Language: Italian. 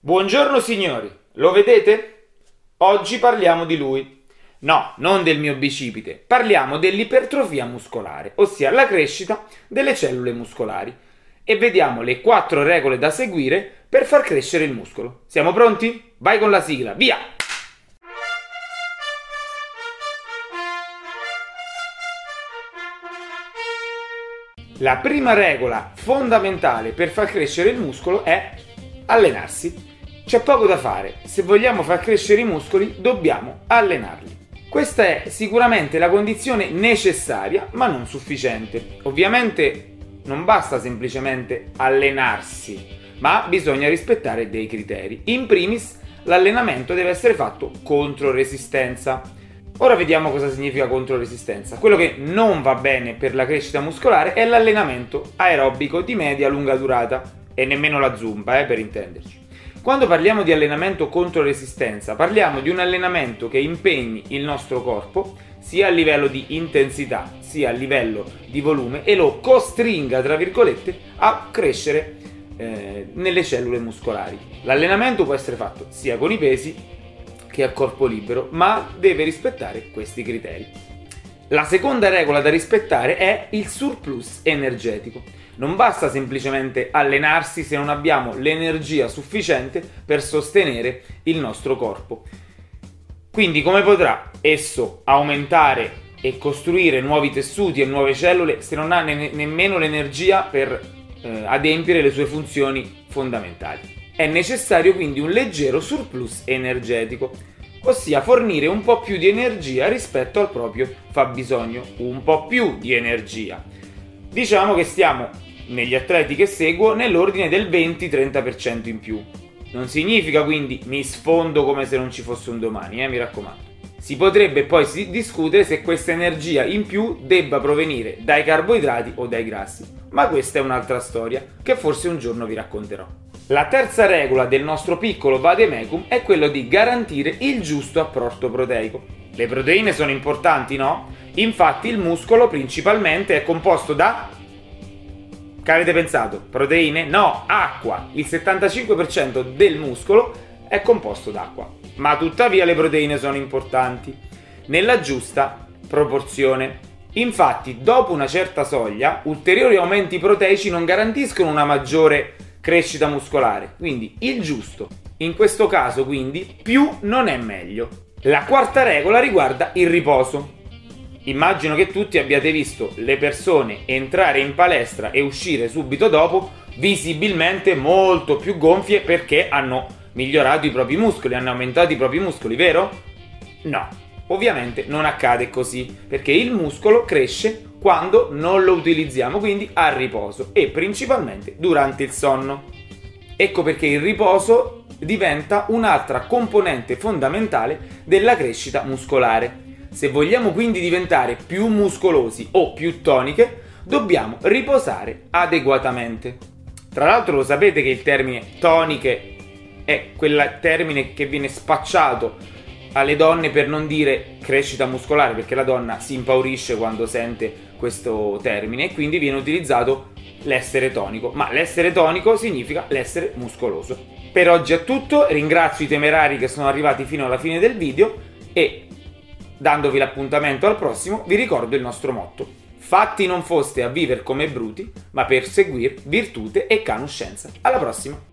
Buongiorno signori, lo vedete? Oggi parliamo di lui. No, non del mio bicipite, parliamo dell'ipertrofia muscolare, ossia la crescita delle cellule muscolari. E vediamo le 4 regole da seguire per far crescere il muscolo. Siamo pronti? Vai con la sigla, via! La prima regola fondamentale per far crescere il muscolo è allenarsi. C'è poco da fare, se vogliamo far crescere i muscoli dobbiamo allenarli. Questa è sicuramente la condizione necessaria ma non sufficiente. Ovviamente non basta semplicemente allenarsi, ma bisogna rispettare dei criteri. In primis, l'allenamento deve essere fatto contro resistenza. Ora vediamo cosa significa controresistenza. Quello che non va bene per la crescita muscolare è l'allenamento aerobico di media-lunga durata e nemmeno la zumba, per intenderci. Quando parliamo di allenamento controresistenza, parliamo di un allenamento che impegni il nostro corpo sia a livello di intensità sia a livello di volume e lo costringa, tra virgolette, a crescere nelle cellule muscolari. L'allenamento può essere fatto sia con i pesi che a corpo libero, ma deve rispettare questi criteri. La seconda regola da rispettare è il surplus energetico. Non basta semplicemente allenarsi se non abbiamo l'energia sufficiente per sostenere il nostro corpo. Quindi come potrà esso aumentare e costruire nuovi tessuti e nuove cellule se non ha nemmeno l'energia per adempiere le sue funzioni fondamentali? È necessario quindi un leggero surplus energetico, ossia fornire un po' più di energia rispetto al proprio fabbisogno, un po' più di energia. Diciamo che stiamo, negli atleti che seguo, nell'ordine del 20-30% in più. Non significa quindi mi sfondo come se non ci fosse un domani, mi raccomando. Si potrebbe poi discutere se questa energia in più debba provenire dai carboidrati o dai grassi, ma questa è un'altra storia che forse un giorno vi racconterò. La terza regola del nostro piccolo vademecum è quello di garantire il giusto apporto proteico. Le proteine sono importanti, no? Infatti il muscolo principalmente è composto da... Che avete pensato? Proteine? No, acqua! Il 75% del muscolo è composto d'acqua. Ma tuttavia le proteine sono importanti, nella giusta proporzione. Infatti, dopo una certa soglia, ulteriori aumenti proteici non garantiscono una maggiore crescita muscolare, quindi il giusto. In questo caso, quindi, più non è meglio. La quarta regola riguarda il riposo. Immagino che tutti abbiate visto le persone entrare in palestra e uscire subito dopo, visibilmente molto più gonfie perché hanno migliorato i propri muscoli, hanno aumentato i propri muscoli, vero? No, ovviamente non accade così, perché il muscolo cresce quando non lo utilizziamo, quindi a riposo e principalmente durante il sonno. Ecco perché il riposo diventa un'altra componente fondamentale della crescita muscolare. Se vogliamo quindi diventare più muscolosi o più toniche, dobbiamo riposare adeguatamente. Tra l'altro lo sapete che il termine toniche è quel termine che viene spacciato alle donne per non dire crescita muscolare, perché la donna si impaurisce quando sente questo termine e quindi viene utilizzato l'essere tonico, ma l'essere tonico significa l'essere muscoloso. Per oggi è tutto, ringrazio i temerari che sono arrivati fino alla fine del video e, dandovi l'appuntamento al prossimo, vi ricordo il nostro motto: fatti non foste a viver come bruti, ma per seguir virtute e conoscenza. Alla prossima!